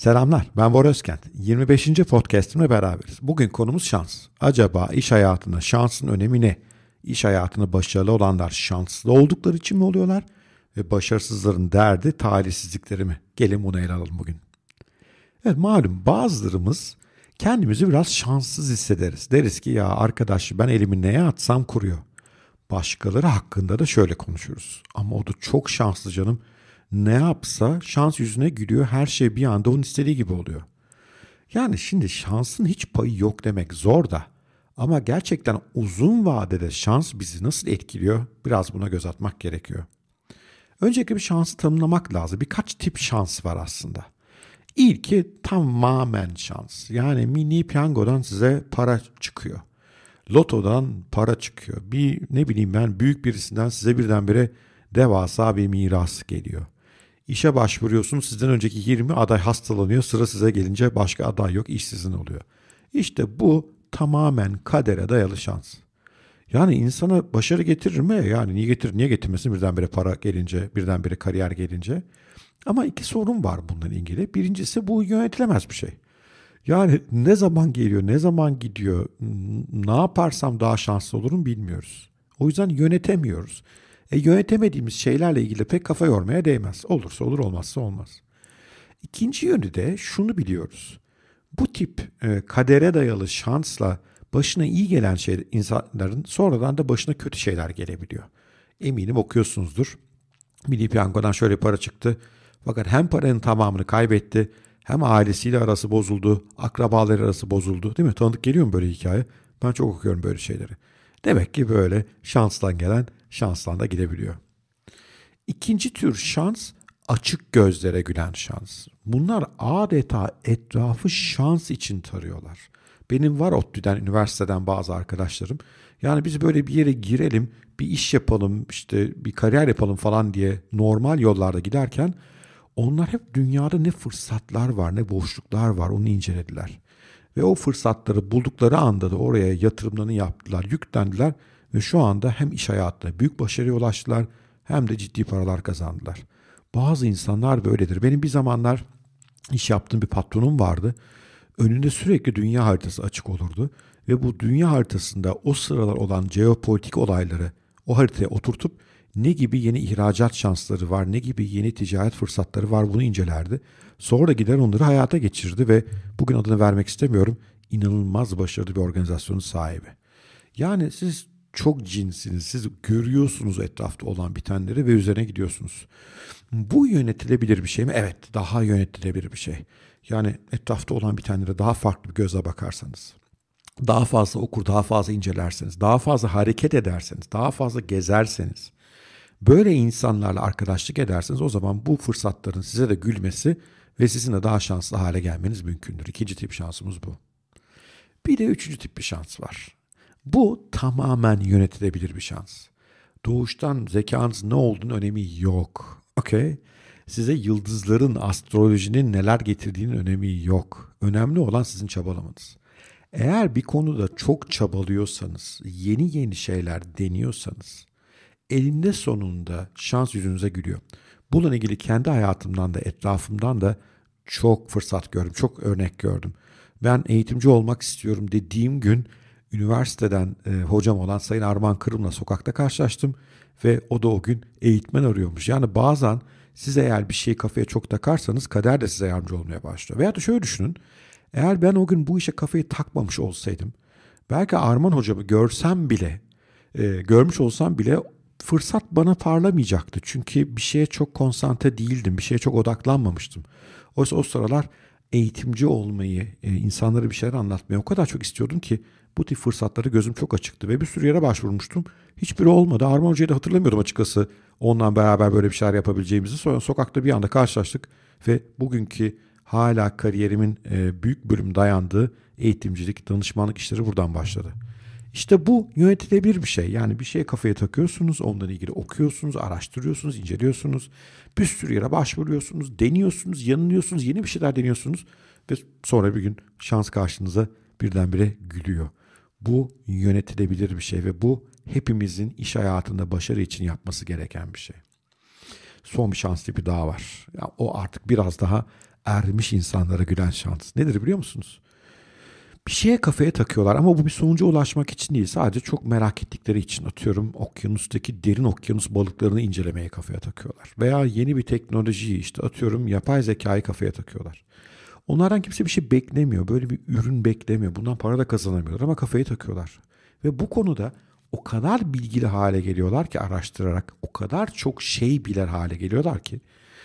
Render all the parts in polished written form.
Selamlar, ben Bora Özkent. 25. podcast'imle beraberiz. Bugün konumuz şans. Acaba iş hayatında şansın önemi ne? İş hayatında başarılı olanlar şanslı oldukları için mi oluyorlar? Ve başarısızların derdi talihsizlikleri mi? Gelin bunu ele alalım bugün. Evet, malum bazılarımız kendimizi biraz şanssız hissederiz. Deriz ki ya arkadaş ben elimi neye atsam kuruyor. Başkaları hakkında da şöyle konuşuruz. Ama o da çok şanslı canım. Ne yapsa şans yüzüne gülüyor. Her şey bir anda onun istediği gibi oluyor. Yani şimdi şansın hiç payı yok demek zor da. Ama gerçekten uzun vadede şans bizi nasıl etkiliyor? Biraz buna göz atmak gerekiyor. Öncelikle bir şansı tanımlamak lazım. Birkaç tip şans var aslında. İlki tamamen şans. Yani mini piyangodan size para çıkıyor. Lotodan para çıkıyor. Büyük birisinden size birdenbire devasa bir miras geliyor. İşe başvuruyorsunuz, sizden önceki 20 aday hastalanıyor, sıra size gelince başka aday yok, iş sizin oluyor. İşte bu tamamen kadere dayalı şans. Yani insana başarı getirir mi? Yani niye getirmesin birdenbire para gelince, birdenbire kariyer gelince? Ama iki sorun var bununla ilgili. Birincisi bu yönetilemez bir şey. Yani ne zaman geliyor, ne zaman gidiyor, ne yaparsam daha şanslı olurum bilmiyoruz. O yüzden yönetemiyoruz. Yönetemediğimiz şeylerle ilgili pek kafa yormaya değmez. Olursa olur, olmazsa olmaz. İkinci yönü de şunu biliyoruz. Bu tip kadere dayalı şansla başına iyi gelen insanların sonradan da başına kötü şeyler gelebiliyor. Eminim okuyorsunuzdur. Milli Piyango'dan şöyle para çıktı. Fakat hem paranın tamamını kaybetti, hem ailesiyle arası bozuldu, akrabaları arası bozuldu. Değil mi? Tanıdık geliyor mu böyle hikaye? Ben çok okuyorum böyle şeyleri. Demek ki böyle şanstan gelen şanstan da gidebiliyor. İkinci tür şans açık gözlere gülen şans. Bunlar adeta etrafı şans için tarıyorlar. Benim var ODTÜ'den, üniversiteden bazı arkadaşlarım. Yani biz böyle bir yere girelim, bir iş yapalım, işte bir kariyer yapalım falan diye normal yollarda giderken onlar hep dünyada ne fırsatlar var, ne boşluklar var onu incelediler. Ve o fırsatları buldukları anda da oraya yatırımlarını yaptılar, yüklendiler ve şu anda hem iş hayatında büyük başarıya ulaştılar hem de ciddi paralar kazandılar. Bazı insanlar böyledir. Benim bir zamanlar iş yaptığım bir patronum vardı. Önünde sürekli dünya haritası açık olurdu ve bu dünya haritasında o sıralar olan jeopolitik olayları o haritaya oturtup ne gibi yeni ihracat şansları var, ne gibi yeni ticaret fırsatları var bunu incelerdi. Sonra gider onları hayata geçirdi ve bugün adını vermek istemiyorum, inanılmaz başarılı bir organizasyonun sahibi. Yani siz çok cinsiniz, siz görüyorsunuz etrafta olan bitenleri ve üzerine gidiyorsunuz. Bu yönetilebilir bir şey mi? Evet, daha yönetilebilir bir şey. Yani etrafta olan bitenlere daha farklı bir gözle bakarsanız, daha fazla okur, daha fazla incelerseniz, daha fazla hareket ederseniz, daha fazla gezerseniz, böyle insanlarla arkadaşlık ederseniz o zaman bu fırsatların size de gülmesi ve sizin de daha şanslı hale gelmeniz mümkündür. İkinci tip şansımız bu. Bir de üçüncü tip bir şans var. Bu tamamen yönetilebilir bir şans. Doğuştan zekanızın ne olduğunu önemi yok. Okey? Size yıldızların, astrolojinin neler getirdiğinin önemi yok. Önemli olan sizin çabalamanız. Eğer bir konuda çok çabalıyorsanız, yeni şeyler deniyorsanız, elinde sonunda şans yüzünüze gülüyor. Bununla ilgili kendi hayatımdan da etrafımdan da çok fırsat gördüm, çok örnek gördüm. Ben eğitimci olmak istiyorum dediğim gün üniversiteden hocam olan Sayın Arman Kırım'la sokakta karşılaştım ve o da o gün eğitmen arıyormuş. Yani bazen siz eğer bir şeyi kafaya çok takarsanız kader de size yardımcı olmaya başlıyor. Veya da şöyle düşünün, eğer ben o gün bu işe kafayı takmamış olsaydım, belki Arman hocamı görmüş olsam bile fırsat bana parlamayacaktı. Çünkü bir şeye çok konsantre değildim, bir şeye çok odaklanmamıştım. Oysa o sıralar eğitimci olmayı, insanlara bir şeyler anlatmayı o kadar çok istiyordum ki bu tip fırsatları gözüm çok açıktı ve bir sürü yere başvurmuştum. Hiçbiri olmadı. Arman Hoca'yı da hatırlamıyordum açıkçası. Onunla beraber böyle bir şeyler yapabileceğimizi. Sonra sokakta bir anda karşılaştık ve bugünkü hala kariyerimin büyük bölüm dayandığı eğitimcilik, danışmanlık işleri buradan başladı. İşte bu yönetilebilir bir şey. Yani bir şeye kafaya takıyorsunuz, onunla ilgili okuyorsunuz, araştırıyorsunuz, inceliyorsunuz. Bir sürü yere başvuruyorsunuz, deniyorsunuz, yanılıyorsunuz, yeni bir şeyler deniyorsunuz. Ve sonra bir gün şans karşınıza birdenbire gülüyor. Bu yönetilebilir bir şey ve bu hepimizin iş hayatında başarı için yapması gereken bir şey. Son bir şans tipi daha var. Ya o artık biraz daha ermiş insanlara gülen şans. Nedir biliyor musunuz? Bir şeye kafaya takıyorlar ama bu bir sonuca ulaşmak için değil. Sadece çok merak ettikleri için, atıyorum, okyanustaki derin okyanus balıklarını incelemeye kafaya takıyorlar. Veya yeni bir teknolojiyi, işte atıyorum yapay zekayı kafaya takıyorlar. Onlardan kimse bir şey beklemiyor. Böyle bir ürün beklemiyor. Bundan para da kazanamıyorlar ama kafayı takıyorlar. Ve bu konuda o kadar bilgili hale geliyorlar ki, araştırarak o kadar çok şey bilir hale geliyorlar ki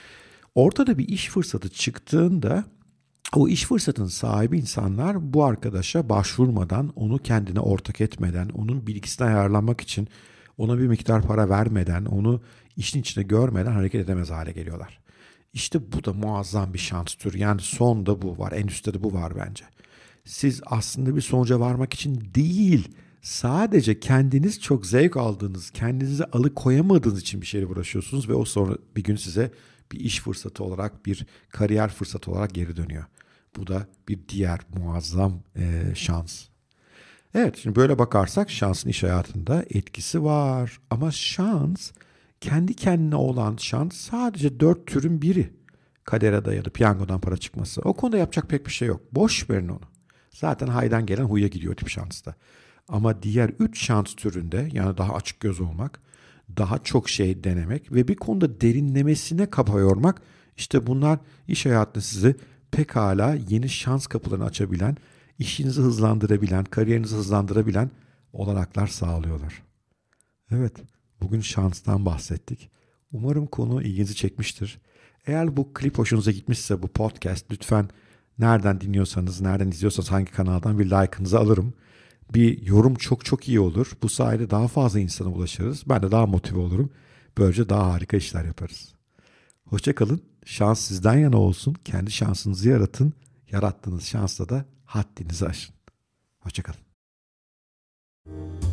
ortada bir iş fırsatı çıktığında o iş fırsatının sahibi insanlar bu arkadaşa başvurmadan, onu kendine ortak etmeden, onun bilgisine ayarlanmak için ona bir miktar para vermeden, onu işin içine görmeden hareket edemez hale geliyorlar. İşte bu da muazzam bir şans türü. Yani sonda bu var, en üstte de bu var bence. Siz aslında bir sonuca varmak için değil, sadece kendiniz çok zevk aldığınız, kendinizi alıkoyamadığınız için bir şeyle uğraşıyorsunuz ve o sonra bir gün size bir iş fırsatı olarak, bir kariyer fırsatı olarak geri dönüyor. Bu da bir diğer muazzam şans. Evet, şimdi böyle bakarsak şansın iş hayatında etkisi var. Ama şans, kendi kendine olan şans sadece 4 türün biri. Kadere dayalı, piyangodan para çıkması. O konuda yapacak pek bir şey yok. Boş verin onu. Zaten haydan gelen huya gidiyor tip şansta. Ama diğer 3 şans türünde, yani daha açık göz olmak, daha çok şey denemek ve bir konuda derinlemesine kafa yormak, işte bunlar iş hayatında sizi pekala yeni şans kapılarını açabilen, işinizi hızlandırabilen, kariyerinizi hızlandırabilen olanaklar sağlıyorlar. Evet, bugün şanstan bahsettik. Umarım konu ilginizi çekmiştir. Eğer bu klip hoşunuza gitmişse, bu podcast, lütfen nereden dinliyorsanız, nereden izliyorsanız, hangi kanaldan bir like'ınızı alırım. Bir yorum çok çok iyi olur. Bu sayede daha fazla insana ulaşırız. Ben de daha motive olurum. Böylece daha harika işler yaparız. Hoşça kalın. Şans sizden yana olsun. Kendi şansınızı yaratın. Yarattığınız şansla da haddinizi aşın. Hoşça kalın.